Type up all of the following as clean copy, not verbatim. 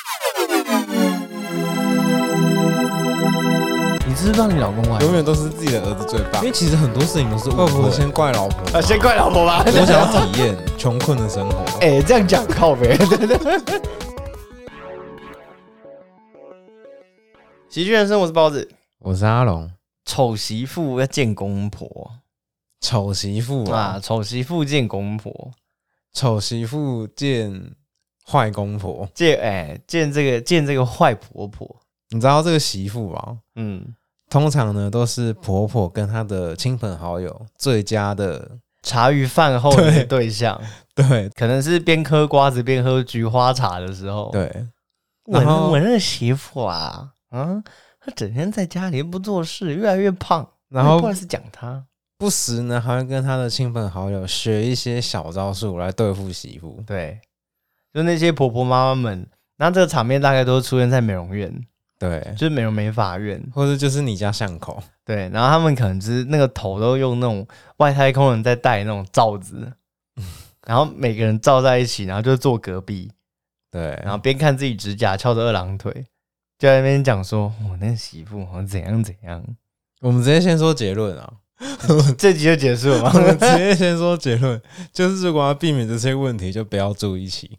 你知不知道你老公坏？ 永远都是自己的儿子最棒， 因为其实很多事情都是会不会先怪老婆？ 先怪老婆吧。 我想要体验穷困的生活。 这样讲靠北。喜剧人生，我是包子， 我是阿龙。 丑媳妇要见公婆， 丑媳妇啊， 丑媳妇见公婆， 丑媳妇见坏公婆， 见这个坏婆婆。 你知道这个媳妇啊，通常呢都是婆婆跟她的亲朋好友最佳的茶余饭后的对象， 对， 可能是边嗑瓜子边喝菊花茶的时候， 对。 我那个媳妇啊，她整天在家里不做事，越来越胖， 然后不好意思讲她， 不时呢还会跟她的亲朋好友学一些小招数来对付媳妇。 对，就那些婆婆妈妈们，那这个场面大概都出现在美容院。 对， 就是美发院， 或者就是你家巷口。 对，然后他们可能就是那个头都用那种外太空人在戴那种罩子，然后每个人罩在一起，然后就坐隔壁， 对， 然后边看自己指甲，翘着二郎腿，就在那边讲说，那个媳妇怎样怎样。 我们直接先说结论啊， 这集就结束了吗？ 我们直接先说结论，就是如果要避免这些问题，就不要住一起。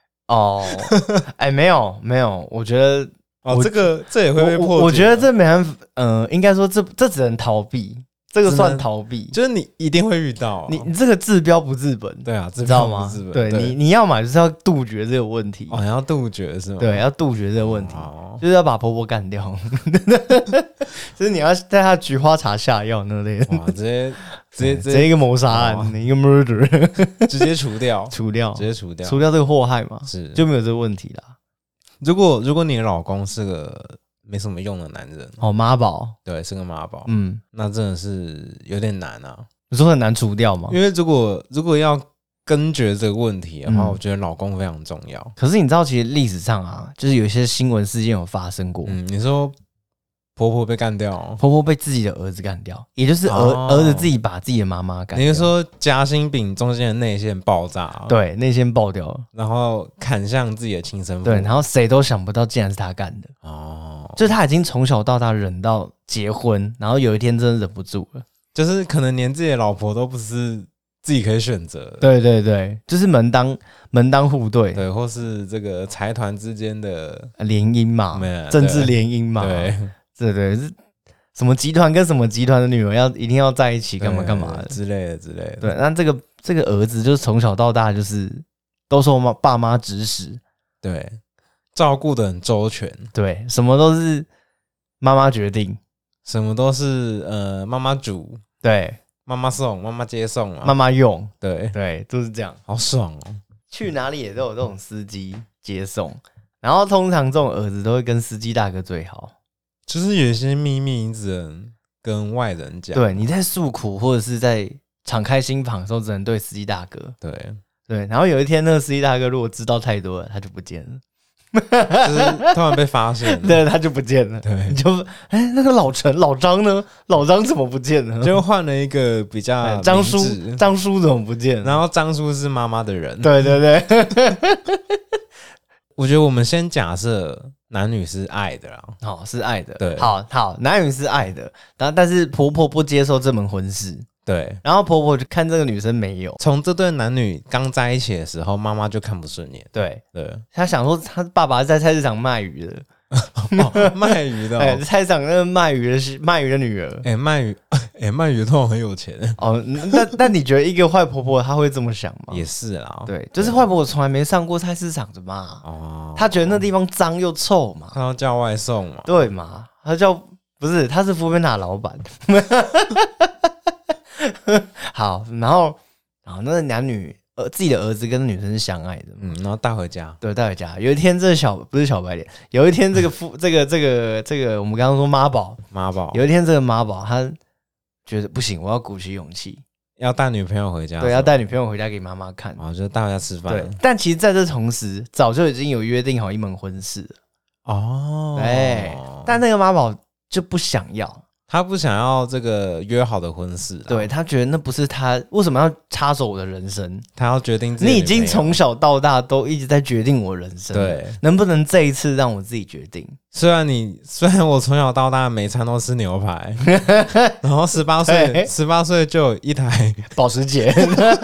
没有，我觉得。 这也会被破解。 我觉得这没办法，应该说这只能逃避，这个算逃避， 就是你一定会遇到， 你这个治标不治本， 对啊， 知道吗？对，你要嘛就是要杜绝这个问题， 你要杜绝是吗？ 对，要杜绝这个问题，就是要把婆婆干掉，就是你要在她菊花茶下药那类的， 哇，直接一个谋杀案，一个 murder， 直接除掉， 直接除掉这个祸害嘛， 是就没有这个问题啦。 如果你的老公是个没什么用的男人， 妈宝， 对，是个妈宝，那真的是有点难啊。 你说很难除掉吗？ 因为如果要根绝这个问题的话，我觉得老公非常重要。 可是你知道，其实历史上啊，就是有一些新闻事件有发生过。 你说婆婆被干掉， 婆婆被自己的儿子干掉，也就是儿子自己把自己的妈妈干掉。 你是说夹心饼中间的内馅爆炸？ 对，内馅爆掉了， 然后砍向自己的亲生父。 对，然后谁都想不到，竟然是他干的。就是他已经从小到大忍到结婚，然后有一天真的忍不住了， 就是可能连自己的老婆都不是自己可以选择的。 对，就是门当户对， 对，或是这个财团之间的联姻嘛，政治联姻嘛，对，是什么集团跟什么集团的女儿一定要在一起，干嘛的之类的。 对，那这个儿子就是从小到大就是都受爸妈指使， 对，照顾得很周全， 对，什么都是妈妈决定， 什么都是妈妈煮， 对， 妈妈送，妈妈接送啊， 妈妈用， 对， 都是这样， 好爽哦！ 去哪里也都有这种司机接送，然后通常这种儿子都会跟司机大哥最好。 就是有一些秘密你只能跟外人讲， 对，你在诉苦或者是在敞开心房的时候，只能对司机大哥。对，然后有一天那个司机大哥如果知道太多了，他就不见了， 就是突然被发现了， 对，他就不见了。对，你就那个老张呢？老张怎么不见了？ 就换了一个比较张叔怎么不见了？ 然后张叔是妈妈的人， 对。 我觉得我们先假设男女是爱的啦， 是爱的， 对， 好，男女是爱的，但是婆婆不接受这门婚事， 对， 然后婆婆就看这个女生没有， 从这对男女刚在一起的时候，妈妈就看不顺眼， 对，她想说她爸爸在菜市场卖鱼的。 卖鱼的， 菜市场那个卖鱼的女儿， 卖鱼通常很有钱那你觉得一个坏婆婆她会这么想吗？ 也是啦， 对，就是坏婆婆从来没上过菜市场的嘛，她觉得那地方脏又臭嘛， 她要叫外送嘛， 对嘛，她是福贝纳老板，好，然后那个男女。自己的儿子跟女生是相爱的， 然后带回家， 对，带回家。有一天，不是小白脸，有一天这个我们刚刚说妈宝，有一天这个妈宝他觉得不行，我要鼓起勇气， 要带女朋友回家， 对，要带女朋友回家给妈妈看， 就带回家吃饭。 对，但其实在这同时，早就已经有约定好一门婚事了。对，但那个妈宝就不想要， 他不想要这个约好的婚事， 对，他觉得那不是他为什么要插手我的人生， 他要决定自己。 你已经从小到大都一直在决定我人生， 对， 能不能这一次让我自己决定？ 虽然我从小到大每餐都吃牛排，然后18岁就有一台保时捷。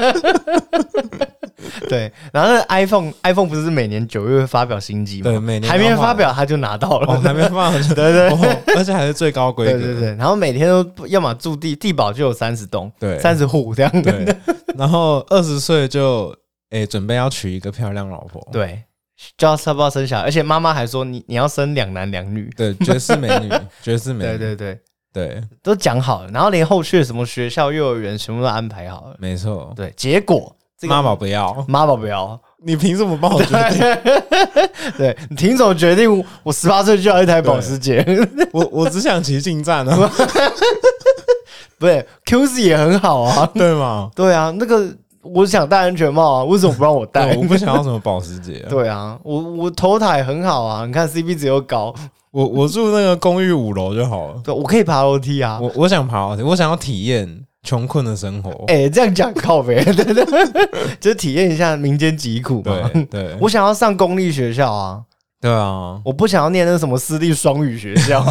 对，然后那 iPhone 不是每年9月会发表新机吗？ 对，每年还没发表他就拿到了， 还没发表对对， 而且还是最高规格， 对，然后每天都要么住地堡就有30栋， 对 ，30户这样的， 然后20岁就准备要娶一个漂亮老婆， 对，就要差不多生小孩，而且妈妈还说你要生2男2女， 对，绝世美女，绝世美女，对， 都讲好了，然后连后续什么学校、幼儿园全部都安排好了， 没错， 对，结果。 妈宝不要， 你凭什么帮我决定？ 对，你凭什么决定我18岁就要一台保时捷？ 我只想骑进站啊！ 不是 ，QC 也很好啊， 对吗？ 对啊，那个我想戴安全帽啊，为什么不让我戴？ 我不想要什么保时捷。 对啊，我头台很好啊，你看 CP 值又高。 我住那个公寓5楼就好了。 对，我可以爬楼梯啊。 我想爬楼梯，我想要体验穷困的生活。 这样讲靠北，对，就是体验一下民间疾苦嘛。 对， 我想要上公立学校啊。 对啊， 我不想要念那什么私立双语学校。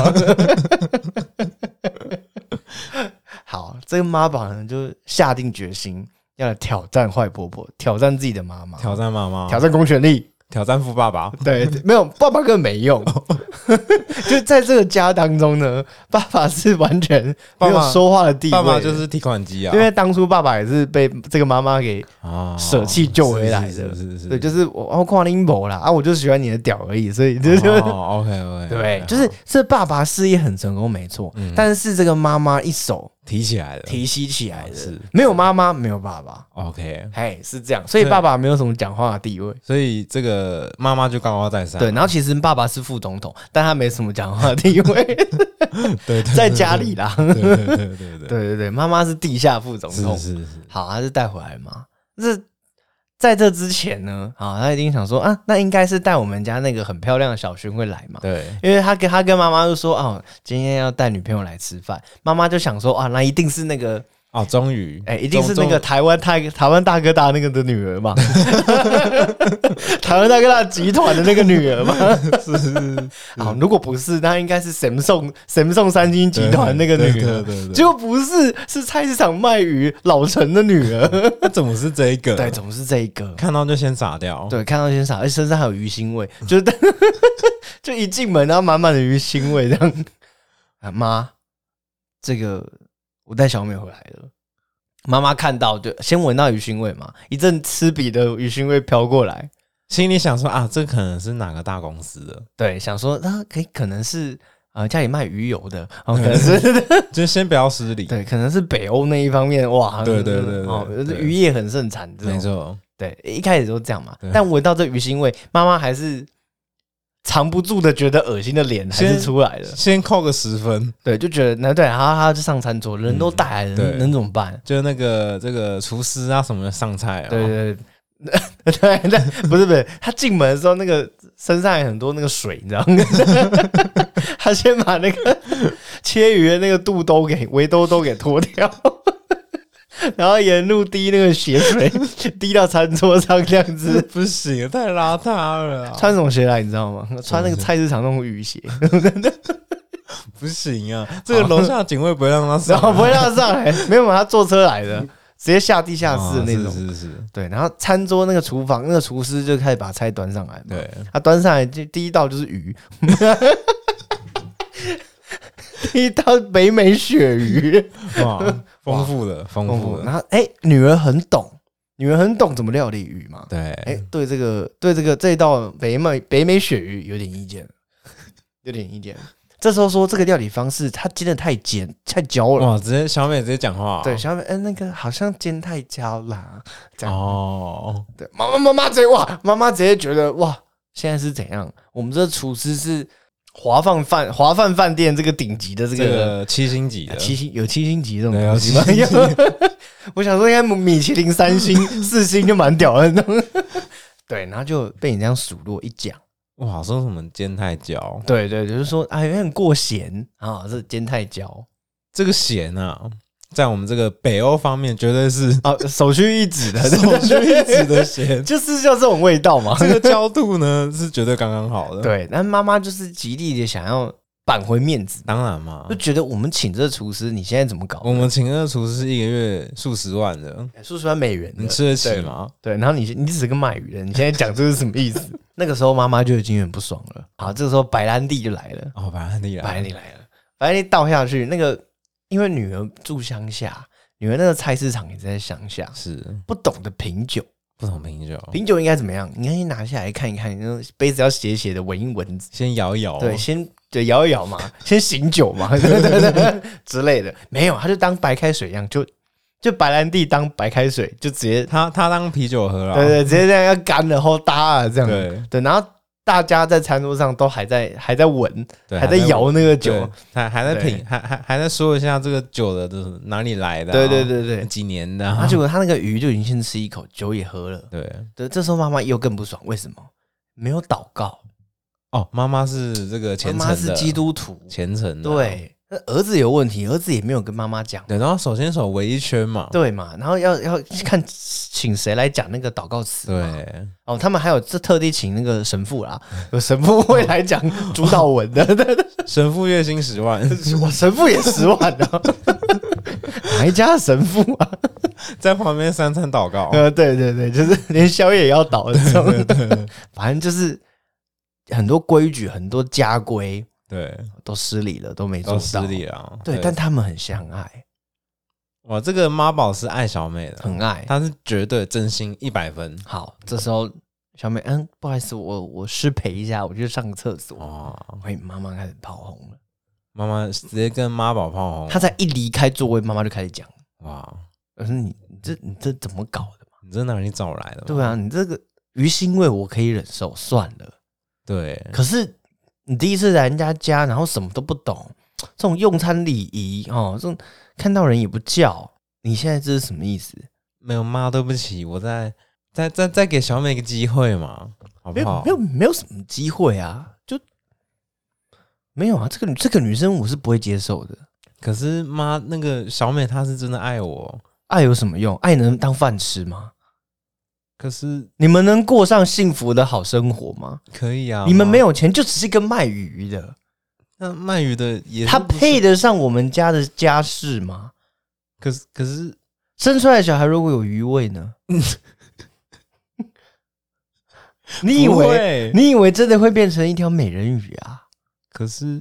好，这个妈宝呢就下定决心要来挑战坏婆婆，挑战自己的妈妈， 挑战妈妈， 挑战公权力。 挑战富爸爸， 对，没有爸爸根本没用，就在这个家当中呢，爸爸是完全没有说话的地位， 爸爸就是提款机啊， 因为当初爸爸也是被这个妈妈给舍弃救回来的， 是， 对，就是我跨林博啦啊，我就喜欢你的屌而已，所以就是 OK， 对，就是这爸爸事业很成功没错，但是这个妈妈一手提起来的， 提携起来的， 是没有妈妈没有爸爸 ，OK， 是这样，所以爸爸没有什么讲话的地位， 所以这个妈妈就高高在上， 对，然后其实爸爸是副总统，但他没什么讲话的地位， 对， 在家里啦， 对， 妈妈是地下副总统， 是， 好，他是带回来嘛，在这之前呢，他一定想说啊，那应该是带我们家那个很漂亮的小薰会来嘛， 对， 因为他跟妈妈就说今天要带女朋友来吃饭，妈妈就想说那一定是那个。 终于， 一定是那个台湾大哥大那个的女儿嘛，台湾大哥大集团的那个女儿嘛， 是。 好，如果不是，那应该是 Samsung 三星集团那个女儿，结果不是，是菜市场卖鱼老陈的女儿。 那怎么是这一个？ 对，怎么是这一个？ 看到就先傻掉。 对，看到先傻，而且身上还有鱼腥味，就一进门然后满满的鱼腥味这样。妈，这个。我带小美回来了，妈妈看到就先闻到鱼腥味嘛，一阵刺鼻的鱼腥味飘过来， 心里想说这可能是哪个大公司的？ 对，想说可能是家里卖鱼油的，可能是就先不要失礼， 对，可能是北欧那一方面，哇， 对， 渔业很盛产， 没错， 对，一开始都这样嘛，但闻到这鱼腥味，妈妈还是。藏不住的觉得恶心的脸还是出来了， 先扣个10分， 对，就觉得对，他就上餐桌，人都带来了，能怎么办？ 就那个这个厨师什么的上菜对，不是，他进门的时候那个身上有很多那个水，你知道吗？他先把那个切鱼的那个围兜都给脱掉。然后沿路滴那个血水，滴到餐桌上这样子， 不行，太邋遢了。 穿什么鞋来，你知道吗？穿那个菜市场那种雨鞋， 不行啊！这个楼下警卫不会让他上， 不会让他上来，没有，他坐车来的，直接下地下室的那种。 是， 对。然后餐桌那个厨房那个厨师就开始把菜端上来嘛， 对， 他端上来就第一道就是鱼。一道北美鳕鱼， 哇，丰富的。 然后女儿很懂怎么料理鱼嘛。 对， 对这一道北美鳕鱼有点意见。这时候说这个料理方式，它煎的太焦了。 哇，小美直接讲话。 对，小美，那个好像煎太焦啦。这样对，妈妈直接觉得哇，现在是怎样？我们这厨师是。华饭饭店这个顶级的这个 7星级的有7星级这种东西吗？我想说应该米其林3星4星就蛮屌的那种。对，然后就被你这样数落一讲， 哇，说什么煎太焦？ 对，就是说有点过咸这煎太焦。 这个咸啊，在我们这个北欧方面绝对是首屈一指的， 首屈一指的咸， 就是要这种味道嘛。 这个焦度呢是绝对刚刚好的。 对，但妈妈就是极力的想要挽回面子， 当然嘛， 就觉得我们请这个厨师，你现在怎么搞？ 我们请这个厨师是一个月数十万的， 数十万美元的， 你吃得起吗？ 对，然后你只是个卖鱼的，你现在讲这是什么意思？那个时候妈妈就已经很不爽了。好，这个时候白兰地就来了。 哦，白兰地来了， 白兰地倒下去，那个因为女儿住乡下，女儿那个菜市场也在乡下， 是不懂得品酒。 不同品酒， 品酒应该怎么样？你可以拿下来看一看，那种杯子要斜斜的，闻一闻， 先摇一摇， 对，先摇一摇嘛，先醒酒嘛，对之类的。没有，他就当白开水一样，就白兰地当白开水，就直接他当啤酒喝了， 对，直接这样要干了后搭啊，这样对，然后大家在餐桌上都还在闻，还在摇那个酒， 还在品，还在说一下这个酒的哪里来的， 对， 几年的， 结果他那个鱼就已经先吃一口，酒也喝了， 对， 这时候妈妈又更不爽，为什么没有祷告？ 哦，妈妈是这个虔诚的， 妈妈是基督徒， 虔诚的， 对。那儿子有问题，儿子也没有跟妈妈讲， 对，然后手牵手围一圈嘛， 对嘛，然后要看请谁来讲那个祷告词， 对， 哦，他们还有特地请那个神父啦，有神父会来讲主导文的， 神父月薪10万， 我神父也10万啊，哪一家的神父啊？ 在旁边3餐祷告， 对，就是连宵夜也要祷的，对，反正就是很多规矩，很多家规。 对， 都失礼了，都没做到， 都失礼了。 对，但他们很相爱。 哇，这个妈宝是爱小美的， 很爱， 他是绝对真心100分。 好，这时候小美，不好意思，我失陪一下，我去上个厕所。哦，妈妈开始炮轰了， 妈妈直接跟妈宝炮轰。 她才一离开座位，妈妈就开始讲。 哇， 我说你这怎么搞的嘛？ 你这哪里找来的？ 对啊，你这个鱼腥味我可以忍受，算了。 对， 可是。你第一次来人家家，然后什么都不懂，这种用餐礼仪哦，这种看到人也不叫，你现在这是什么意思？ 没有妈，对不起，我再给小美一个机会嘛，好不好？ 没有什么机会啊，就没有啊。这个女生我是不会接受的。 可是妈，那个小美她是真的爱我， 爱有什么用？爱能当饭吃吗？ 可是你们能过上幸福的好生活吗？ 可以啊， 你们没有钱，就只是一个卖鱼的。 那卖鱼的也他配得上我们家的家世吗？ 可是生出来的小孩如果有鱼味呢？你以为真的会变成一条美人鱼啊？ 可是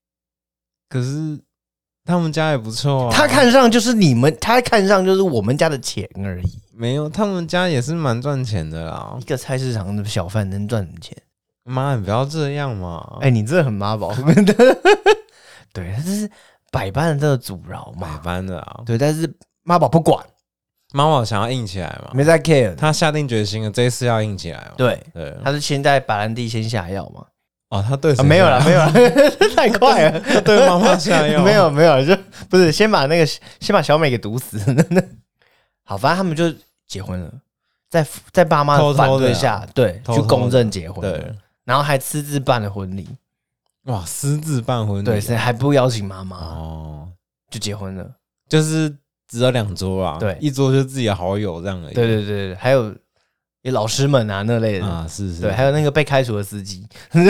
他们家也不错啊。 他看上就是他看上就是我们家的钱而已。 没有，他们家也是蛮赚钱的啦。 一个菜市场的小贩能赚什么钱？ 妈，你不要这样嘛！ 你真的很妈宝。对，他就是百般的阻挠嘛， 百般的啊。 对，但是妈宝不管， 妈宝想要硬起来嘛， 没在 care。 他下定决心了，这一次要硬起来嘛。 对，他是先在白兰地先下药嘛。 哦，他对没有了，太快了。 他对妈妈下药， 没有，就不是先把小美给毒死。好，反正他们就结婚了，在爸妈的反对下，对，去公证结婚，对，然后还私自办了婚礼。 哇，私自办婚礼， 对，还不邀请妈妈，哦，就结婚了， 就是只有2桌啊， 对， 一桌就自己的好友这样而已。 对，还有老师们啊那类的啊，是， 对，还有那个被开除的司机，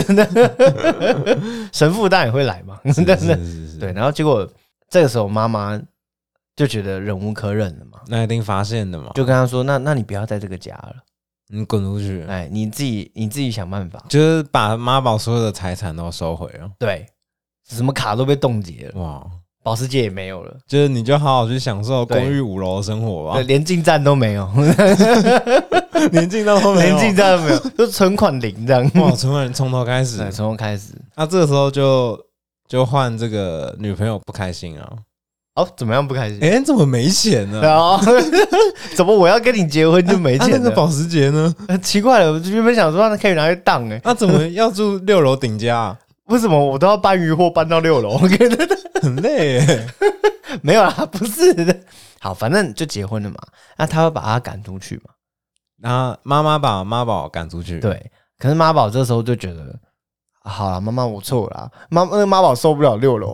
神父当然也会来嘛， 是， 对，然后结果这个时候妈妈就觉得忍无可忍了嘛， 那一定发现的嘛， 就跟他说，那你不要在这个家了， 你滚出去， 你自己想办法， 就是把妈宝所有的财产都收回了， 对，什么卡都被冻结了， 哇， 保时捷也没有了， 就是你就好好去享受公寓5楼的生活吧， 对，连进站都没有， 连进站都没有， 连进站都没有，就存款0这样， 哇，存款从头开始， 对，从头开始， 那这个时候就换这个女朋友不开心啊。 哦，怎么样不开心？ 怎么没钱呢？ 怎么我要跟你结婚就没钱？ 那个保时捷呢？ 奇怪了，我原本想说那可以拿去当那怎么要住6楼顶家啊？ 为什么我都要搬鱼货搬到6楼？ 很累耶。 没有啦，不是的。好，反正就结婚了嘛。那他会把他赶出去嘛？ 然后妈妈把妈宝赶出去。 对，可是妈宝这时候就觉得，好了，妈妈我错了啦，那个妈宝受不了6楼。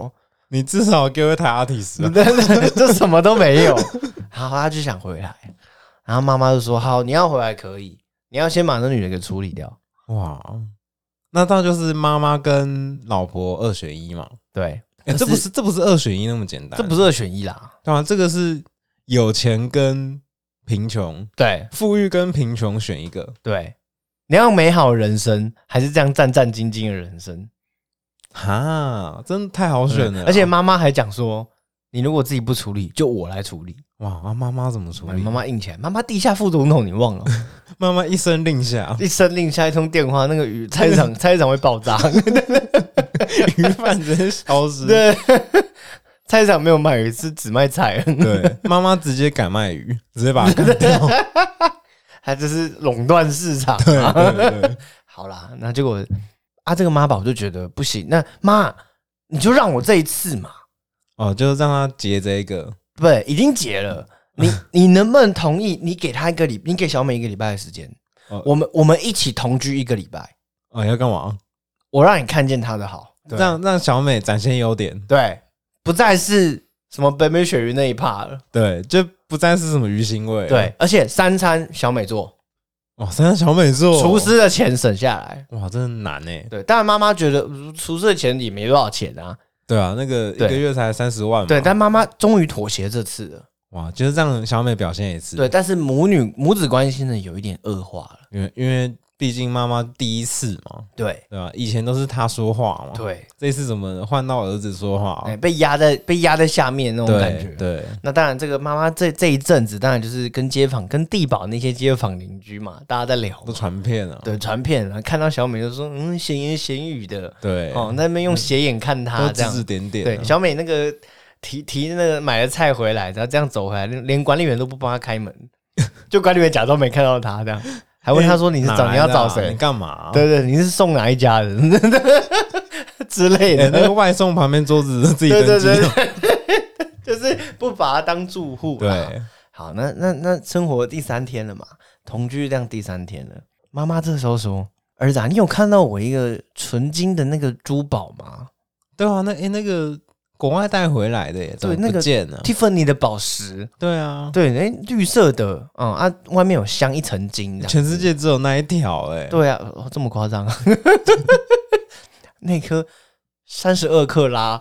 你至少给我一台 Artis 啊，就什么都没有。然后他就想回来，然后妈妈就说：“好，你要回来可以，你要先把那女的给处理掉。” 哇，那当然就是妈妈跟老婆2选1嘛。 对， 这不是2选1那么简单， 这不是2选1啦。 对啊，这个是有钱跟贫穷， 对， 富裕跟贫穷选一个。 对，你要美好的人生，还是这样战战兢兢的人生？ 哈，真的太好选了。 而且妈妈还讲说，你如果自己不处理，就我来处理。 哇，妈妈怎么处理？ 妈妈硬起来，妈妈地下副总统，你忘了？ 妈妈一声令下， 一声令下，一通电话，那个菜市场会爆炸， 鱼贩直接消失。 对，菜市场没有卖鱼，是只卖菜。 对，妈妈直接改卖鱼，直接把它干掉。 他就是垄断市场。 对， 好啦，那结果这个妈宝就觉得不行，那妈你就让我这一次嘛。 哦，就是让他结这个。 对，已经结了。你能不能同意？你给他你给小美1个礼拜的时间，我们一起同居1个礼拜。 要干嘛？ 我让你看见他的好， 让小美展现优点。 对，不再是什么北美鳕鱼那一趴了。 对，就不再是什么鱼腥味。 对，而且3餐小美做。 哇，3餐小美做， 厨师的钱省下来。 哇，真的难欸。 对，当然妈妈觉得厨师的钱也没多少钱啊。 对啊，那个1个月才30万嘛。 对，但妈妈终于妥协这次了。 哇，就是让小美表现一次。 对，但是母子关系呢有一点恶化了， 因为毕竟妈妈第一次嘛。对吧？以前都是她说话嘛。 对， 这次怎么换到儿子说话？ 被压在下面那种感觉。 对， 那当然，这个妈妈这一阵子，当然就是跟地堡那些街坊邻居嘛，大家在聊， 都传片了。 对，传片，然后看到小美就说闲言闲语的。 对， 那边用斜眼看她，这样指指点点。 对，小美那个提那个买了菜回来，然后这样走回来，连管理员都不帮她开门，就管理员假装没看到她，这样还问她说你要找谁？ 你干嘛？ 对，你是送哪一家的之类的？ 那个外送旁边桌子自己登记， 对，就是不把她当住户。 对， 好，那生活第3天了嘛，同居这样第3天了，妈妈这时候说：“儿子啊，你有看到我一个纯金的那个珠宝吗？” 对啊，那个国外带回来的耶， 对，那个 Tiffany 的宝石。 对啊， 对，绿色的，外面有镶1层金， 全世界只有那一条哎。 对啊，这么夸张啊？那颗32克拉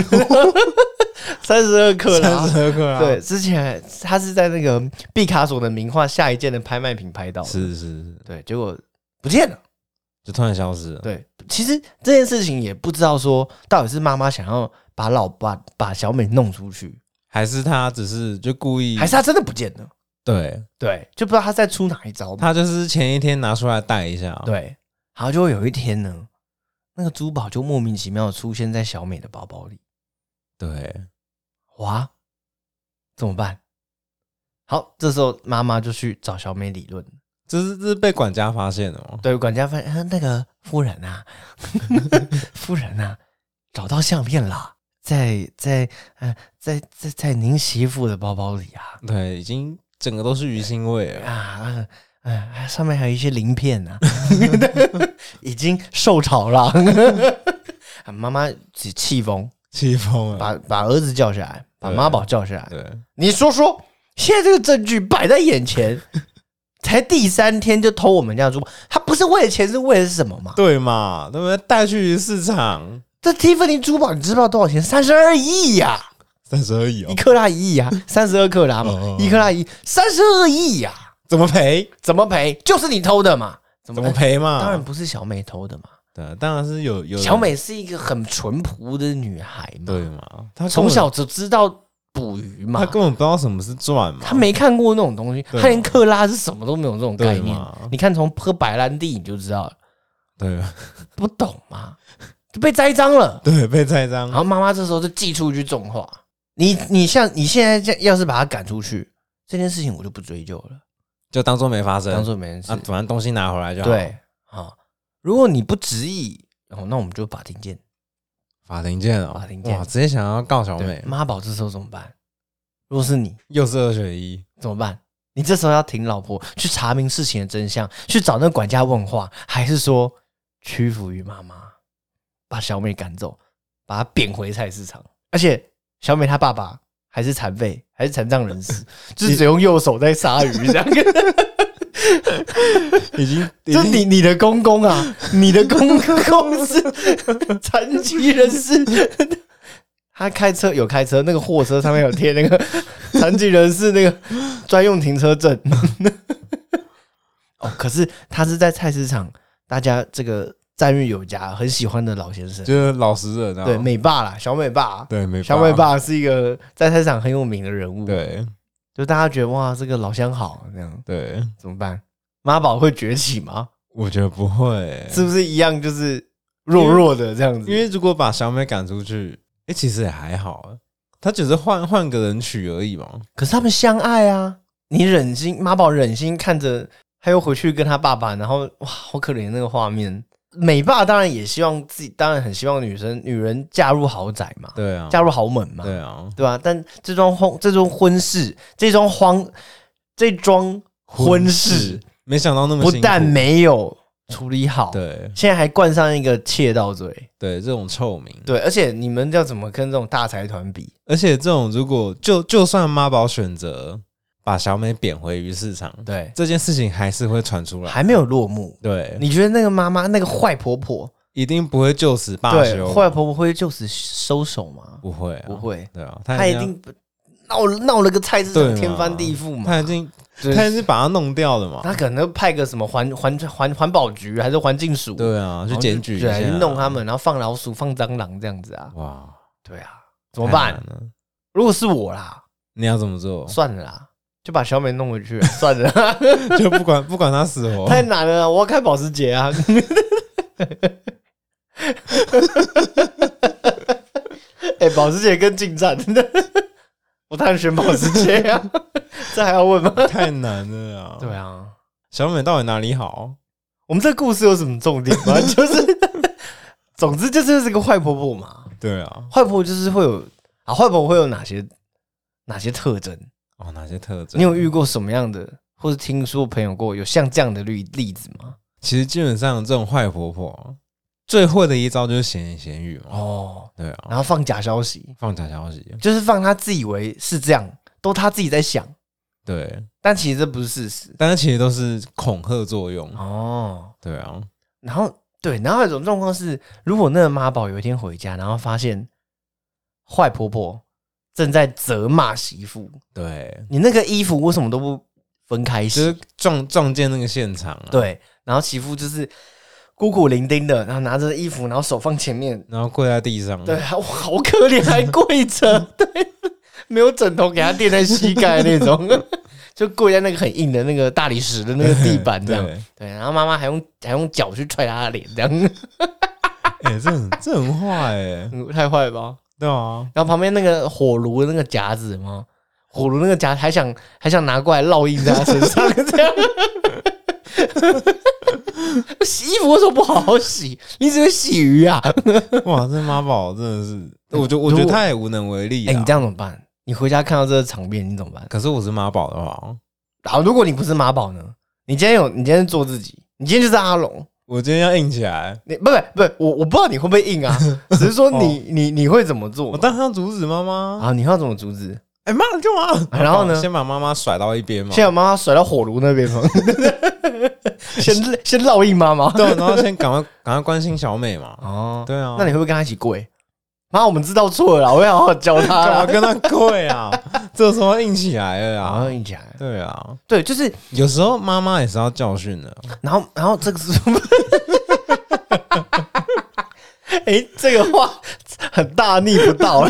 ，32克拉，对，之前他是在那个毕卡索的名画下一件的拍卖品拍到的， 是， 对，结果不见了。 就突然消失了。 对，其实这件事情也不知道说到底是妈妈想要把小美弄出去， 还是他只是就故意， 还是他真的不见了。 对， 就不知道他在出哪一招。 他就是前一天拿出来戴一下。 对，然后就会有一天呢，那个珠宝就莫名其妙的出现在小美的包包里。 对， 哇，怎么办？好，这时候妈妈就去找小美理论。 这是被管家发现的吗？ 对，管家发现，那个夫人啊，夫人啊，找到相片啦，在您媳妇的包包里啊。对， 已经整个都是鱼腥味了啊，上面还有一些鳞片啊，已经受潮了。妈妈气疯了，把儿子叫下来，把妈宝叫下来。对，你说，现在这个证据摆在眼前。才第3天就偷我们家的珠宝，他不是为了钱，是为了什么嘛？ 对嘛？对不对？带去市场， 这 Tiffany 珠宝你知不知道多少钱？32亿呀 ！32亿哦， 一克拉1亿啊，32克拉嘛，1克拉1，32亿呀！ 怎么赔？ 就是你偷的嘛？ 怎么赔嘛？ 当然不是小美偷的嘛。 对，当然是有。 小美是一个很淳朴的女孩嘛， 对嘛？她从小就知道捕鱼嘛， 他根本不知道什么是赚嘛， 他没看过那种东西，他连克拉是什么都没有这种概念。你看从喝白兰地你就知道了， 对， 不懂嘛，就被栽赃了， 对，被栽赃。 然后妈妈这时候就寄出一句重话：你现在这要是把他赶出去，这件事情我就不追究了， 就当做没发生， 当做没事啊， 反正东西拿回来就好。 对，好，如果你不执意，那我们就法庭见。 法庭见，哇，直接想要告小美。 妈宝这时候怎么办？如果是你， 又是2选1， 怎么办？你这时候要挺老婆，去查明事情的真相，去找那个管家问话，还是说屈服于妈妈，把小美赶走，把她贬回菜市场？ 而且小美她爸爸还是残废，还是残障人士，就是只用右手在杀鱼这样。 已经就是你的公公啊，你的公公是残疾人士，他开车，那个货车上面有贴那个残疾人士那个专用停车证。哦，可是他是在菜市场，大家这个赞誉有加，很喜欢的老先生， 就是老实人啊。 对，美爸啦，小美爸， 对，美爸小美爸是一个在菜市场很有名的人物。 对， 就大家觉得哇，这个老乡好，这样对， 怎么办？妈宝会崛起吗？ 我觉得不会， 是不是一样就是弱弱的这样子？ 因为如果把小美赶出去，其实也还好，他只是换个人娶而已嘛。 可是他们相爱啊，你忍心妈宝忍心看着他又回去跟他爸爸，然后哇，好可怜那个画面。美爸当然也希望自己，当然很希望女人嫁入豪宅嘛， 对啊， 嫁入豪门嘛， 对啊， 对吧？但这桩婚事，这桩婚事， 没想到那么辛苦， 不但没有处理好， 对， 现在还冠上一个窃盗罪， 对，这种臭名， 对，而且你们要怎么跟这种大财团比？ 而且这种如果就算妈宝选择把小美贬回鱼市场， 对， 这件事情还是会传出来， 还没有落幕。 对， 你觉得那个妈妈那个坏婆婆一定不会就此罢对， 休， 坏婆婆会就此收手吗？ 不会、啊， 不会， 对啊， 她一定闹了个菜市场天翻地覆嘛， 她已经把它弄掉了嘛， 她可能派个什么环保局还是环境署， 对啊，去检举一下， 去弄他们，然后放老鼠放蟑螂这样子啊， 哇， 对啊，怎么办？如果是我啦， 你要怎么做？ 算了啦。就把小美弄回去了，算了啦， 就不管她死活， 太难了，我要开保时捷啊！保时捷跟进站，我当然选保时捷啊！这还要问吗？ 太难了啊！ 对啊， 小美到底哪里好？ 我们这个故事有什么重点吗？就是总之就是个坏婆婆嘛。 对啊， 坏婆婆就是会有坏婆婆会有哪些特征？ 哦，哪些特征？ 你有遇过什么样的，或者听说朋友过有像这样的例子吗？ 其实基本上这种坏婆婆最会的一招就是闲言闲语嘛。 哦， 对啊， 然后放假消息， 就是放他自以为是这样，都他自己在想。 对， 但其实这不是事实， 但是其实都是恐吓作用。 哦， 对啊， 然后有一种状况是，如果那个妈宝有一天回家，然后发现坏婆婆正在责骂媳妇， 对， 你那个衣服为什么都不分开洗？ 就是撞见那个现场啊。 对，然后媳妇就是孤苦伶仃的，然后拿着衣服，然后手放前面， 然后跪在地上。 对，好可怜，还跪着，对，没有枕头给他垫在膝盖那种，就跪在那个很硬的那个大理石的那个地板这样。对，然后妈妈还用脚去踹他的脸这样。 这很坏太坏了吧？ 对啊， 然后旁边那个火炉的那个夹子嘛，火炉那个夹还想拿过来烙印在他身上，这样。洗衣服为什么不好好洗？你只会洗鱼啊！ 哇，这妈宝真的是，我觉得他也无能为力。 你这样怎么办？你回家看到这个场面，你怎么办？ 可是我是妈宝的话， 如果你不是妈宝呢？你今天做自己，你今天就是阿龙。 我今天要硬起来， 不，我不知道你会不会硬啊，只是说你会怎么做？ 我当然要阻止妈妈啊！你要怎么阻止？ 妈你干嘛？ 然后呢？ 先把妈妈甩到一边嘛， 先把妈妈甩到火炉那边嘛，先烙印妈妈， 对，然后先赶快关心小美嘛。哦，对啊， 那你会不会跟她一起跪？妈，我们知道错了啦，我会好好教她。 干嘛跟她跪啊？这时候硬起来了呀， 然后硬起来。 对啊， 对，就是有时候妈妈也是要教训的。 然后这个是，这个话很大逆不道。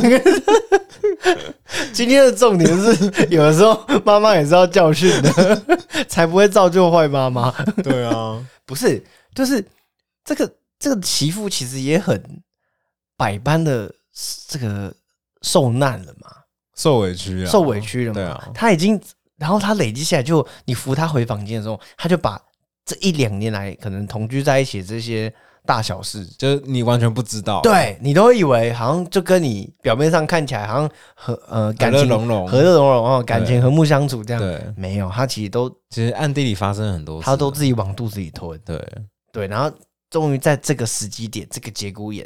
今天的重点是，有的时候妈妈也是要教训的，才不会造就坏妈妈。 对啊， 不是，就是这个媳妇其实也很百般的这个受难了嘛，受委屈了嘛。 对啊， 他已经，然后他累积下来，就你扶他回房间的时候，他就把这1-2年来可能同居在一起的这些大小事， 就是你完全不知道， 对你都会以为好像就跟你表面上看起来好像感情和乐融融，感情和睦相处这样， 对， 没有，他其实暗地里发生了很多事， 他都自己往肚子里吞， 对， 然后终于在这个时机点，这个节骨眼，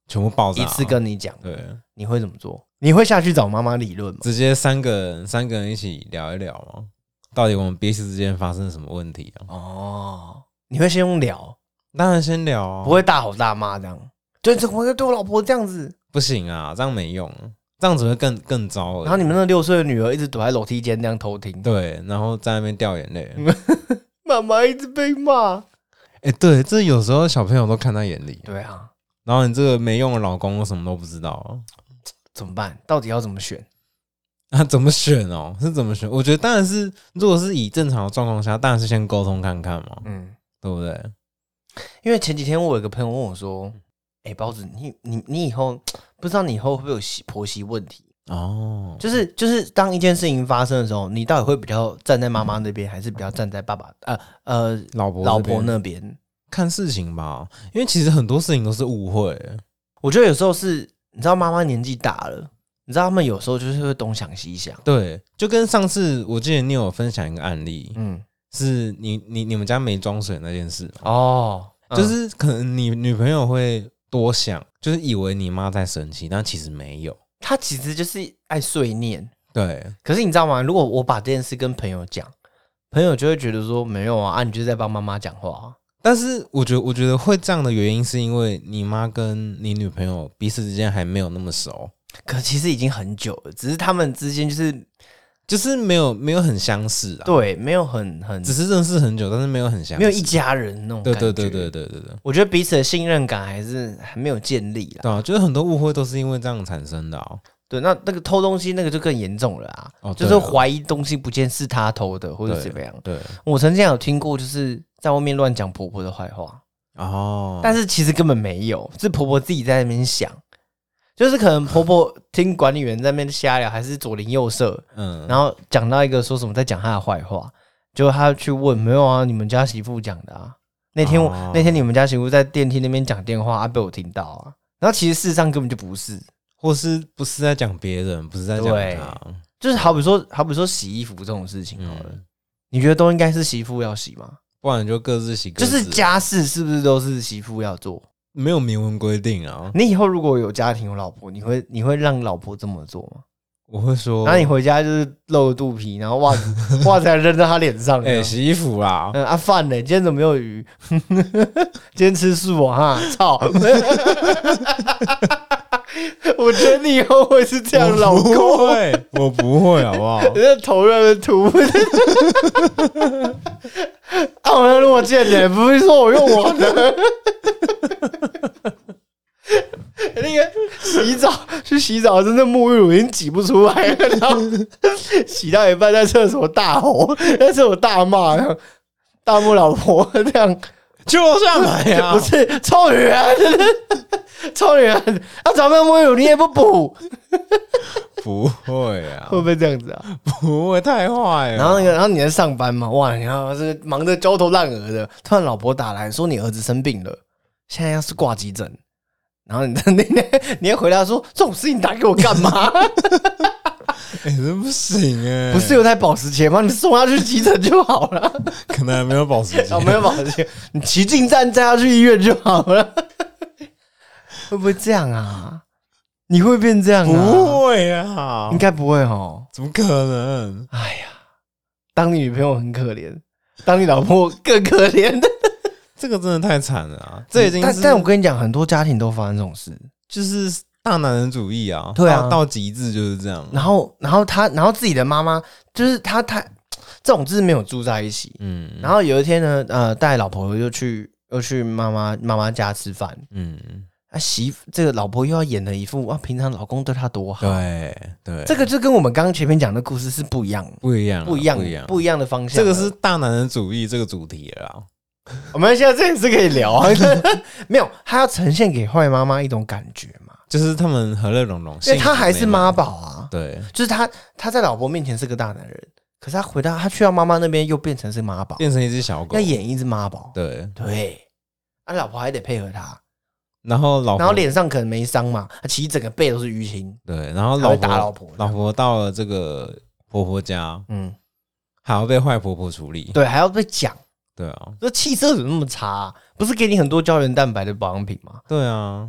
全部爆炸， 一次跟你讲， 对， 你会怎么做？你会下去找妈妈理论吗？ 直接三个人一起聊一聊吗？到底我们彼此之间发生了什么问题啊？ 哦，你会先用聊， 当然先聊啊， 不会大吼大骂这样。就怎么会对我老婆这样子？ 不行啊，这样没用，这样只会更糟而已。 然后你们那6岁的女儿一直躲在楼梯间那样偷听， 对，然后在那边掉眼泪， 妈妈一直被骂。 对，这有时候小朋友都看在眼里。 对啊， 然后你这个没用的老公什么都不知道啊， 怎么办？到底要怎么选？ 怎么选哦？是怎么选？我觉得当然是，如果是以正常的状况下，当然是先沟通看看嘛，对不对？ 因为前几天我有一个朋友问我说：“包子，你以后不知道你以后会不会有婆媳问题？哦，就是当一件事情发生的时候，你到底会比较站在妈妈那边，还是比较站在爸爸老婆那边？ 看事情吧，因为其实很多事情都是误会。 我觉得有时候是，你知道妈妈年纪大了，你知道他们有时候就是会东想西想。 对，就跟上次我记得你有分享一个案例，是你们家没装水那件事哦，就是可能你女朋友会多想，就是以为你妈在生气，但其实没有。 她其实就是爱碎念， 对。 可是你知道吗？如果我把这件事跟朋友讲，朋友就会觉得说没有啊，你就是在帮妈妈讲话啊。 但是我觉得会这样的原因，是因为你妈跟你女朋友彼此之间还没有那么熟， 可其实已经很久了，只是他们之间就是没有很相似啊。 对，没有很只是认识很久，但是没有很相似， 没有一家人那种感觉。 对， 我觉得彼此的信任感还没有建立啦。 对啊，就是很多误会都是因为这样产生的啊。 对，那个偷东西那个就更严重了啊，就是怀疑东西不见是他偷的，或者怎么样。 对， 我曾经有听过，就是在外面乱讲婆婆的坏话哦，但是其实根本没有，是婆婆自己在那边想。就是可能婆婆听管理员在那边瞎聊，还是左邻右舍，然后讲到一个说什么在讲她的坏话，结果她去问，没有啊，你们家媳妇讲的啊。那天你们家媳妇在电梯那边讲电话，被我听到啊。然后其实事实上根本就不是， 或是不是在讲别人，不是在讲他， 就是好比说洗衣服这种事情好了，你觉得都应该是媳妇要洗吗？ 不然就各自洗各自。 就是家事是不是都是媳妇要做？ 没有明文规定啊。 你以后如果有家庭有老婆，你会让老婆这么做吗？ 我会说， 然后你回家就是露个肚皮，然后袜子还扔在他脸上。 洗衣服啦。 饭呢？今天怎么没有鱼？今天吃素啊！哈，操！我觉得你以后会是这样的老公。 我不会，好不好？ 你的头让人秃。啊！我要落剑的，不是说我用我的。那个去洗澡，真的沐浴乳已经挤不出来了，然后洗到一半在厕所大吼，在厕所大骂，大骂老婆这样。 就下来呀！ 不是臭女人，臭女人，啊，早没有沐浴乳你也不补。 不会啊， 会不会这样子啊？ 不会，太坏了。 然后你在上班嘛？哇，你看是忙得焦头烂额的，突然老婆打来说你儿子生病了，现在要是挂急诊，然后你要回答说这种事情打给我干嘛？ 这不行不是有台保时捷吗？你送他去急诊就好了。 可能还没有保时捷， 没有保时捷，你骑进站载他去医院就好了。会不会这样啊？你会变这样啊？ 不会啊， 应该不会哦。 怎么可能？ 哎呀，当你女朋友很可怜，当你老婆更可怜。 这个真的太惨了啊！这已经是…… 但我跟你讲，很多家庭都发生这种事， 就是大男人主义啊。 对啊， 到极致就是这样。 然后自己的妈妈就是他这种就是没有住在一起。然后有一天呢，带老婆又去妈妈家吃饭。这个老婆又要演了一副平常老公对她多好。对，这个就跟我们刚刚前面讲的故事是不一样的方向。 这个是大男人主义这个主题了啦。 我们现在这也是可以聊啊。没有，他要呈现给坏妈妈一种感觉嘛， 就是他们和乐融融， 因为他还是妈宝啊。 对， 就是他在老婆面前是个大男人，可是他去到妈妈那边又变成是妈宝， 变成一只小狗， 要演一只妈宝。 对， 老婆还得配合他。 然后脸上可能没伤嘛，其实整个背都是淤青。 对，然后老婆到了这个婆婆家，还要被坏婆婆处理， 对，还要被讲。 对啊， 这气色怎么那么差？不是给你很多胶原蛋白的保养品吗？ 对啊，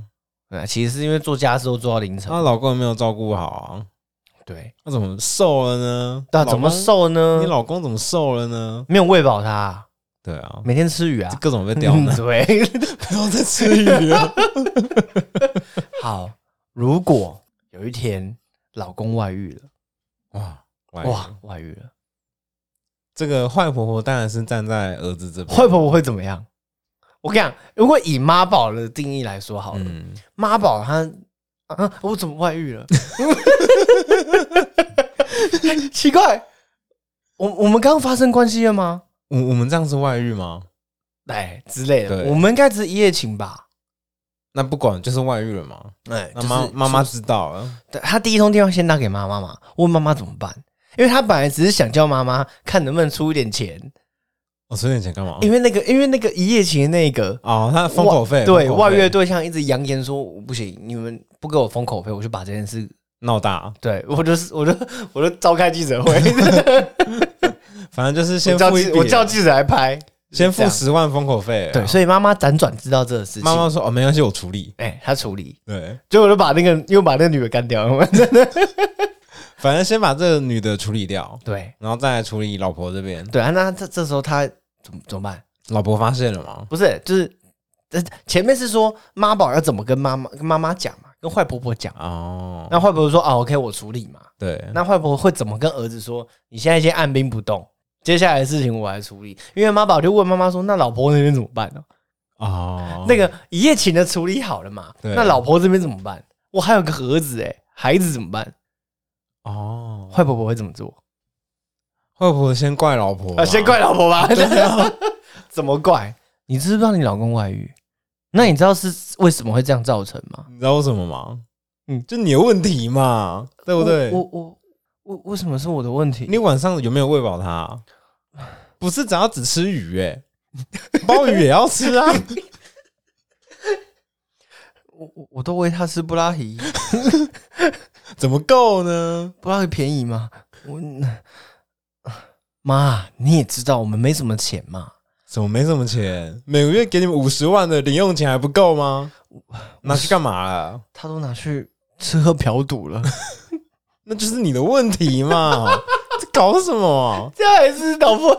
其实是因为做家事都做到凌晨， 她老公有没有照顾好啊？ 对， 那怎么瘦了呢？ 那怎么瘦呢？ 你老公怎么瘦了呢？ 没有喂饱他。 对啊， 每天吃鱼啊， 各种被刁难。 对， 不要再吃鱼了。 好，如果有一天老公外遇了，外遇了， 这个坏婆婆当然是站在儿子这边。 坏婆婆会怎么样？我跟你讲，如果以妈宝的定义来说好了，妈宝她我怎么外遇了？奇怪，我们刚刚发生关系了吗？ 我们这样是外遇吗？ 哎之类的，我们应该只是一夜情吧？ 那不管就是外遇了嘛？ 哎， 那妈妈知道了。 对，他第一通电话先打给妈妈嘛，问妈妈怎么办？因为他本来只是想叫妈妈看能不能出一点钱。 出点钱干嘛？ 因为那个一夜情的那个他封口费， 对，外遇对象一直扬言说不行，你们不给我封口费，我就把这件事闹大。 对，我就召开记者会。 反正就是先付一笔， 我叫记者来拍， 先付10万封口费。 对，所以妈妈辗转知道这个事情， 妈妈说没关系，我处理。 她处理。 对， 结果就把那个女的干掉了。 反正先把这个女的处理掉， 对， 然后再来处理老婆这边。 对啊，那这时候他怎么办？ 老婆发现了吗？ 不是，就是前面是说妈宝要怎么跟妈妈讲嘛，跟坏婆婆讲。那坏婆婆说OK， 我处理嘛。对，那坏婆婆会怎么跟儿子说？你现在先按兵不动，接下来的事情我来处理。因为妈宝就问妈妈说：“那老婆那边怎么办呢？”那个一夜情的处理好了嘛？那老婆这边怎么办？我还有个儿子孩子怎么办？坏婆婆会怎么做？ 坏婆婆先怪老婆先怪老婆吧。怎么怪？你知不知道你老公外遇？那你知道是为什么会这样造成吗？ 你知道为什么吗？就你的问题嘛，对不对？ 我为什么是我的问题？ 你晚上有没有喂饱他？不是只吃鱼鲍鱼也要吃啊。 我都喂他吃布拉提。 怎么够呢？ 布拉提便宜吗？妈，你也知道我们没什么钱嘛。 怎么没什么钱？每个月给你们50万的零用钱还不够吗？拿去干嘛了？ 他都拿去吃喝嫖赌了。 那就是你的问题嘛。这搞什么？ 这还是老婆？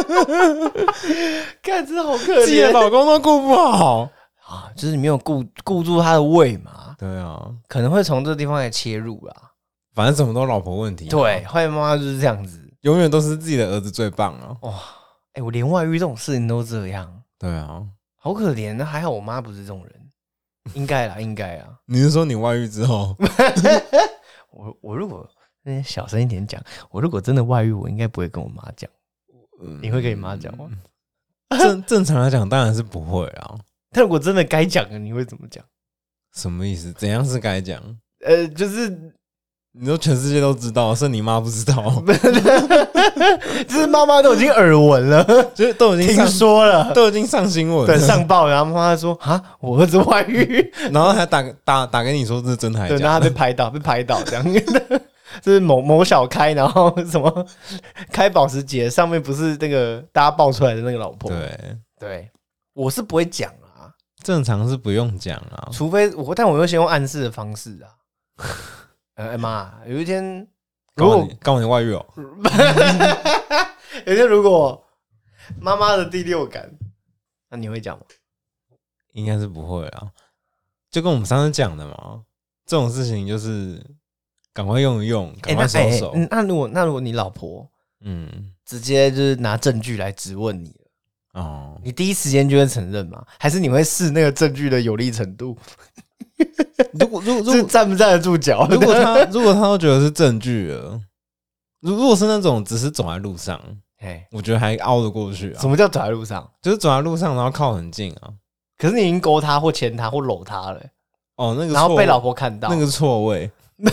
看，真的好可怜，自己的老公都顾不好就是你没有顾住他的胃嘛。 对啊， 可能会从这个地方来切入啦。 反正什么都老婆问题。 对，坏妈妈就是这样子， 永远都是自己的儿子最棒啊。 哇，我连外遇这种事情都这样。 对啊， 好可怜。那还好我妈不是这种人。应该啦。 你是说你外遇之后？ 我如果小声一点讲，我如果真的外遇，我应该不会跟我妈讲。你会跟你妈讲吗？ 正常来讲当然是不会啊。 但如果真的该讲的，你会怎么讲？ 什么意思？怎样是该讲？ 就是你说全世界都知道，是你妈不知道。 就是妈妈都已经耳闻了， 就是都已经听说了， 都已经上新闻， 对，上报。然后妈妈说：“我儿子外遇。” 然后还打给你说这是真还是假的？ 对，然后他被拍到这样。就是某小开，然后什么开保时捷上面不是那个大家爆出来的那个老婆？对，我是不会讲啊。 正常是不用讲啊， 除非但我又先用暗示的方式啊。妈，有一天如果告你外遇哦。 有一天如果妈妈的第6感，那你会讲吗？ 应该是不会啊，就跟我们上次讲的嘛，这种事情就是赶快用一用，赶快收手。 那如果你老婆直接就是拿证据来质问你了，你第一时间就会承认吗？还是你会试那个证据的有利程度？如果站不站得住脚？ 如果他都觉得是证据了，如果是那种只是走在路上，我觉得还凹得过去啊。 什么叫走在路上？ 就是走在路上，然后靠很近啊。 可是你已经勾他或牵他或搂他了， 那个然后被老婆看到， 那个错位。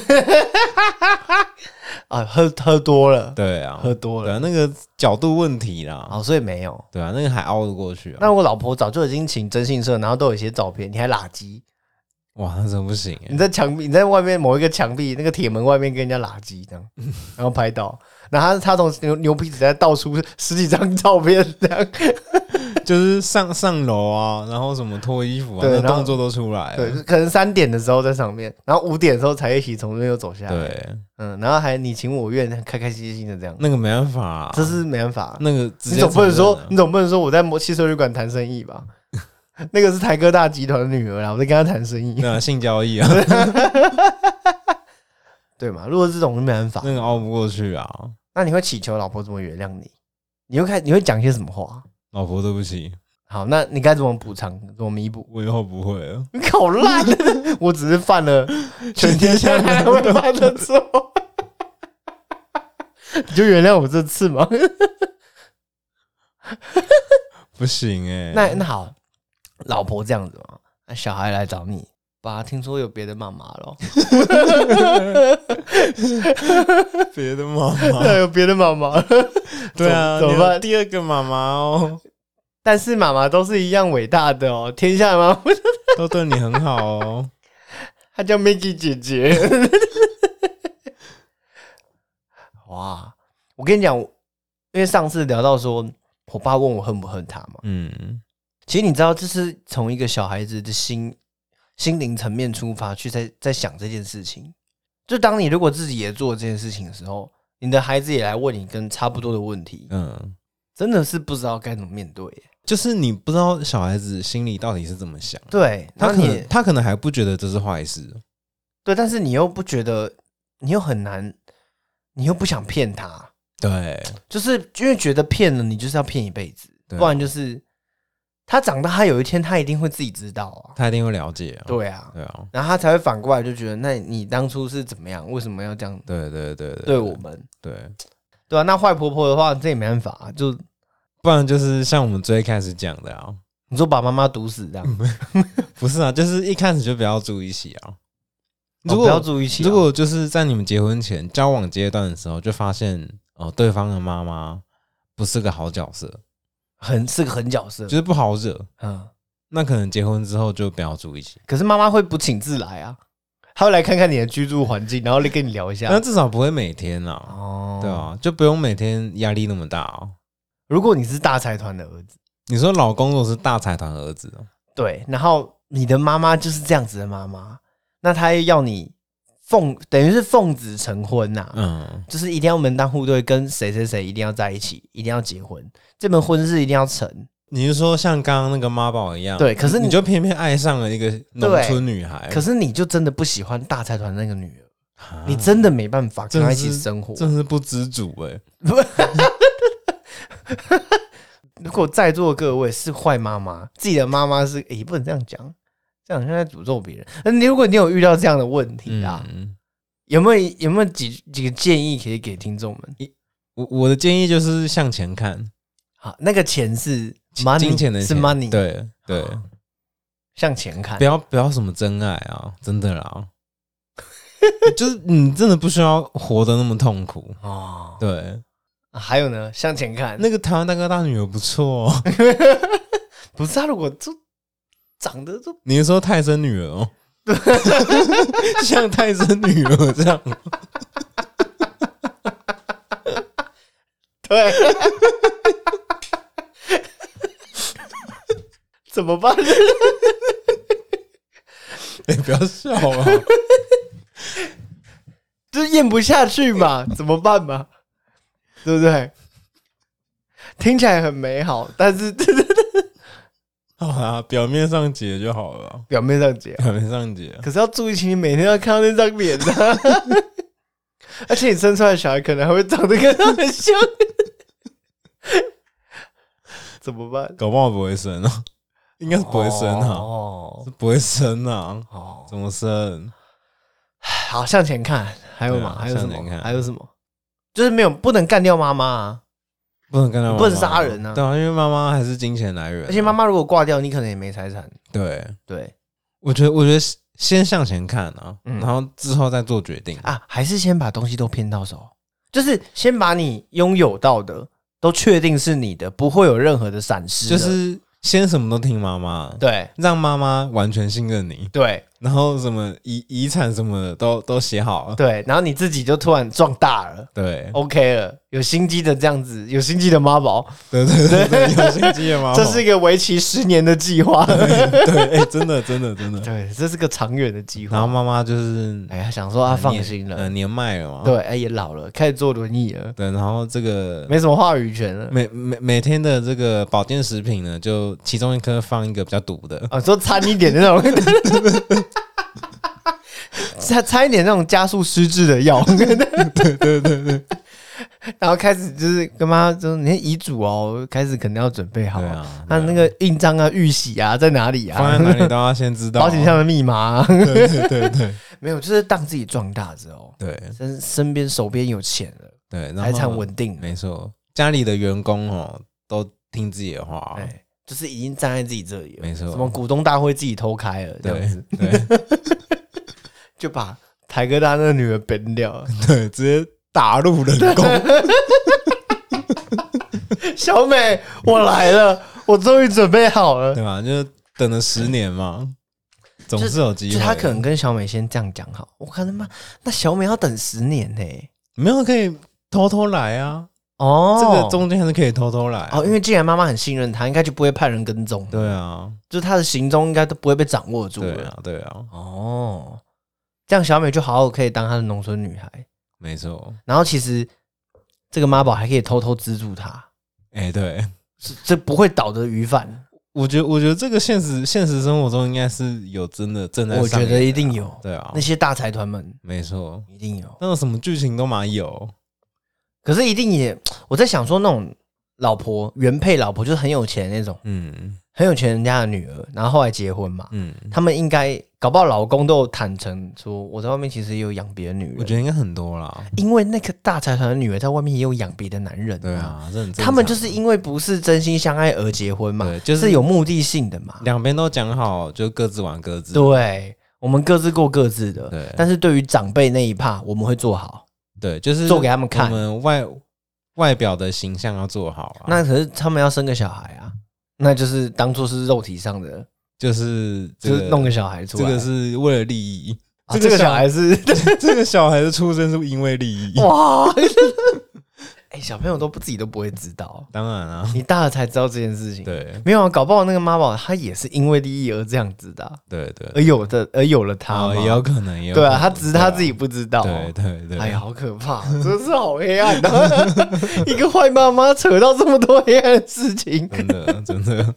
喝多了， 对啊， 喝多了， 对啊，那个角度问题啦， 所以没有， 对啊，那个还凹得过去啊。 那我老婆早就已经请征信社，然后都有一些照片，你还拉鸡， 哇，那真不行。 你在墙壁，你在外面某一个墙壁那个铁门外面跟人家拉鸡这样，然后拍到，然后他从牛皮纸袋倒出10几张照片这样。 就是上楼啊，然后什么脱衣服啊，那动作都出来了。 对，可能3点的时候在上面，然后5点的时候才一起从那边又走下来。 对， 然后还你情我愿，开开心心的这样。 那个没办法啊， 这是没办法。 那个你总不能说我在汽车旅馆谈生意吧？那个是台哥大集团的女儿啦，我在跟她谈生意。 对啊，性交易啊， 对嘛？如果这种就没办法， 那个熬不过去啊。 那你会祈求老婆怎么原谅你？你会讲些什么话？ 老婆，对不起。 好，那你该怎么补偿？怎么弥补？ 我以后不会了。 你好烂！我只是犯了全天下人会犯的错，你就原谅我这次吗？ 不行欸。 那好，老婆这样子嘛，那小孩来找你，爸，听说有别的妈妈了。 别的妈妈， 对，有别的妈妈。 对啊， 怎么办？ 第2个妈妈哦。 但是妈妈都是一样伟大的哦，天下的妈妈都对你很好哦。 她叫 Maggie 姐姐。哇，我跟你讲，因为上次聊到说，我爸问我恨不恨他嘛。其实你知道，这是从一个小孩子的心灵层面出发去在想这件事情。就当你如果自己也做这件事情的时候，你的孩子也来问你跟差不多的问题，真的是不知道该怎么面对。 就是你不知道小孩子心里到底是怎么想。 对， 他可能还不觉得这是坏事。对， 但是你又不觉得，你又很难，你又不想骗他。 对， 就是因为觉得骗了你就是要骗一辈子，不然就是他长大，他有一天他一定会自己知道啊， 他一定会了解啊。 对啊， 对啊， 然后他才会反过来就觉得，那你当初是怎么样？为什么要这样？对我们，对啊。那坏婆婆的话，这也没办法啊，就不然就是像我们最开始讲的啊， 你说把妈妈毒死这样， 不是啊，就是一开始就不要住一起啊。 不要住一起。 如果就是在你们结婚前交往阶段的时候，就发现对方的妈妈不是个好角色， 是个狠角色， 就是不好惹。那可能结婚之后就不要住一起。 可是妈妈会不请自来啊，她会来看看你的居住环境，然后来跟你聊一下。 那至少不会每天啊，对啊，就不用每天压力那么大啊。 如果你是大财团的儿子， 你说老公如果是大财团儿子， 对，然后你的妈妈就是这样子的妈妈，那她要你等于是奉子成婚呐，就是一定要门当户对，跟谁谁谁一定要在一起，一定要结婚，这门婚事一定要成。 你是说像刚刚那个妈宝一样？ 对，可是你就偏偏爱上了一个农村女孩， 可是你就真的不喜欢大财团那个女儿，你真的没办法跟她一起生活， 真是不知足如果在座的各位是坏妈妈，自己的妈妈是也不能这样讲，这样好像在诅咒别人。如果你有遇到这样的问题啊，有没有几个建议可以给听众们？ 我的建议就是向前看。 好，那个钱是 money， 金钱的钱， 是 money， 对， 向前看， 不要什么真爱啊，真的啦。就是你真的不需要活得那么痛苦哦。对， 还有呢，向前看， 那个台湾大哥大女儿不错哦。 不是他如果就长得就， 你是说泰森女儿哦？像泰森女儿这样。 对。怎么办？ 不要笑啊！ 就是咽不下去嘛，怎么办嘛？对不对？听起来很美好，但是好啦，表面上结就好了。 表面上结，可是要住一起，你每天要看到那张脸啊！而且你生出来的小孩可能还会长得跟他很像，怎么办？ 搞不好不会生啊。应该是不会生啊，是不会生啊，怎么生？ 好，向前看，还有吗？还有什么？还有什么？就是不能干掉妈妈啊， 不能干掉妈妈， 不能杀人啊， 对啊，因为妈妈还是金钱来源， 而且妈妈如果挂掉，你可能也没财产。 对， 我觉得先向前看啊，然后之后再做决定啊，还是先把东西都骗到手，就是先把你拥有到的都确定是你的，不会有任何的闪失， 就是。先什么都听妈妈， 对， 让妈妈完全信任你， 对， 然后什么遗产什么的都写好了， 对，然后你自己就突然壮大了， 对 ，OK 了，有心机的这样子，有心机的妈宝， 对，有心机的妈宝， 这是一个为期10年的计划， 对，真的， 对，这是个长远的计划。 然后妈妈就是哎呀，想说她放心了， 年迈了嘛， 对，哎也老了，开始坐轮椅了， 对，然后这个没什么话语权了， 每天的这个保健食品呢，就其中一颗放一个比较毒的， 说掺一点那种。掺一点那种加速失智的药， 对， 然后开始就是跟妈说，你的遗嘱哦，开始肯定要准备好，那个印章啊、玉玺啊在哪里啊？ 放在哪里都要先知道， 保险箱的密码啊， 对， 没有，就是当自己壮大之后， 对， 身边手边有钱了， 对， 财产稳定， 没错，家里的员工都听自己的话， 就是已经站在自己这里了， 没错， 什么股东大会自己偷开了，这样子， 对， 就把台哥大那个女儿崩掉了， 对，直接打入冷宫。 小美，我来了，我终于准备好了， 对吧？就等了10年嘛，总是有机会。 就他可能跟小美先这样讲好，我看他妈，那小美要等10年呢， 没有可以偷偷来啊。这个中间还是可以偷偷来因为既然妈妈很信任他，应该就不会派人跟踪。 对啊， 就是他的行踪应该都不会被掌握住了。对啊。 这样小美就好好可以当他的农村女孩。 没错。 然后其实这个妈宝还可以偷偷资助他。 对， 这不会倒的鱼贩。 我觉得这个现实生活中应该是有真的正在上演的， 我觉得一定有。 对啊， 那些大财团们， 没错， 一定有。 那种什么剧情都蛮有。 可是一定也，我在想说那种老婆原配老婆就是很有钱的那种，很有钱人家的女儿，然后后来结婚嘛，他们应该搞不好老公都有坦诚说，我在外面其实也有养别的女人。 我觉得应该很多啦， 因为那个大财团的女儿在外面也有养别的男人。 对啊，这很正常。 他们就是因为不是真心相爱而结婚嘛，就是有目的性的嘛， 两边都讲好，就各自玩各自。 对，我们各自过各自的。 对， 但是对于长辈那一趴，我们会做好。 对，就是做给他们看， 我们外表的形象要做好啊。 那可是他们要生个小孩啊，那就是当做是肉体上的， 就是弄个小孩出来， 这个是为了利益。 这个小孩是这个小孩的出生是因为利益。 哇！小朋友自己都不会知道， 当然啊， 你大了才知道这件事情。 对， 没有啊，搞不好那个妈宝他也是因为利益而这样子的。 对， 而有了他， 也有可能， 对啊，他只是他自己不知道。 对， 哎呀，好可怕，真是好黑暗啊！一个坏妈妈扯到这么多黑暗的事情， 真的，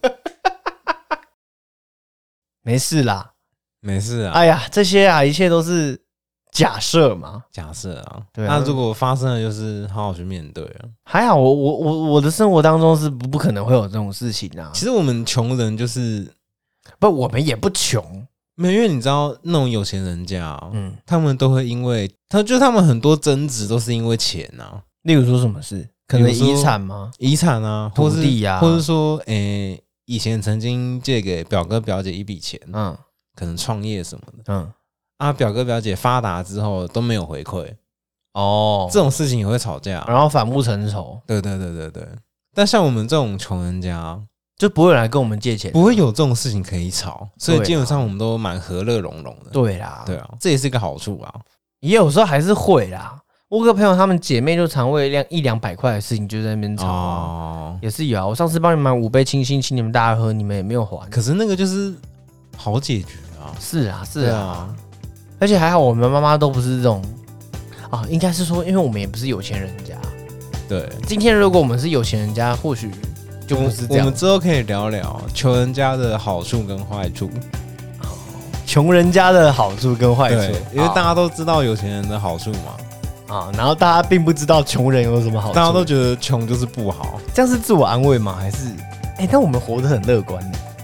没事啦， 没事啊。 哎呀，这些啊，一切都是假设嘛， 假设啊， 对啊。 那如果发生了，就是好好去面对啊。 还好，我的生活当中是不可能会有这种事情啊。 其实我们穷人就是我们也不穷， 没有，因为你知道那种有钱人家，他们都会因为他们很多争执都是因为钱啊。 例如说什么事？可能遗产吗？ 遗产啊， 土地啊， 或者说，以前曾经借给表哥表姐一笔钱，可能创业什么的，表哥表姐发达之后都没有回馈，这种事情也会吵架， 然后反目成仇。 对。但像我们这种穷人家， 就不会来跟我们借钱， 不会有这种事情可以吵，所以基本上我们都蛮和乐融融的。 对啦， 这也是一个好处啊。 也有时候还是会啦。我有个朋友，他们姐妹就常为100-200块的事情就在那边吵也是有啊。我上次帮你们买5杯清新，请你们大家喝，你们也没有还。 可是那个就是好解决啊。 是啊，而且还好我们妈妈都不是这种应该是说，因为我们也不是有钱人家。 对， 今天如果我们是有钱人家，或许就不是这样。 我们之后可以聊聊穷人家的好处跟坏处。 穷人家的好处跟坏处， 因为大家都知道有钱人的好处嘛。 然后大家并不知道穷人有什么好处， 大家都觉得穷就是不好， 这样是自我安慰吗？还是但我们活得很乐观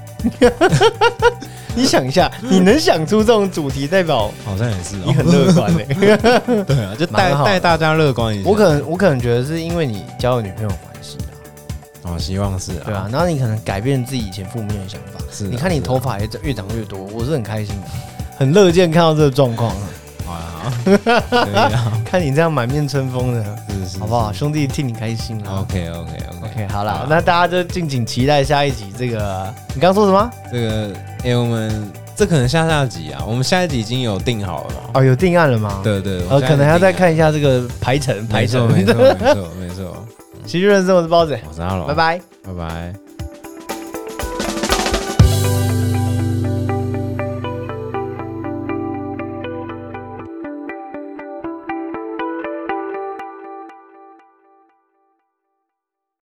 你想一下，你能想出这种主题，代表好像也是你很乐观对啊，就带大家乐观一下。 我可能觉得是因为你交了女朋友关系希望是对啊，然后你可能改变自己以前负面的想法。 是， 你看你头发也越长越多，我是很开心的，很乐见看到这个状况可以啊， 看你这样满面春风的， 是好不好？兄弟替你开心了。 OK， 好了，那大家就敬请期待下一集。这个你刚刚说什么？ 这个我们这可能下集啊，我们下一集已经有定好了。 哦，有定案了吗？ 对， 可能还要再看一下这个排程。 没错。喜剧人生，我是包子， 我是阿龙， 拜拜。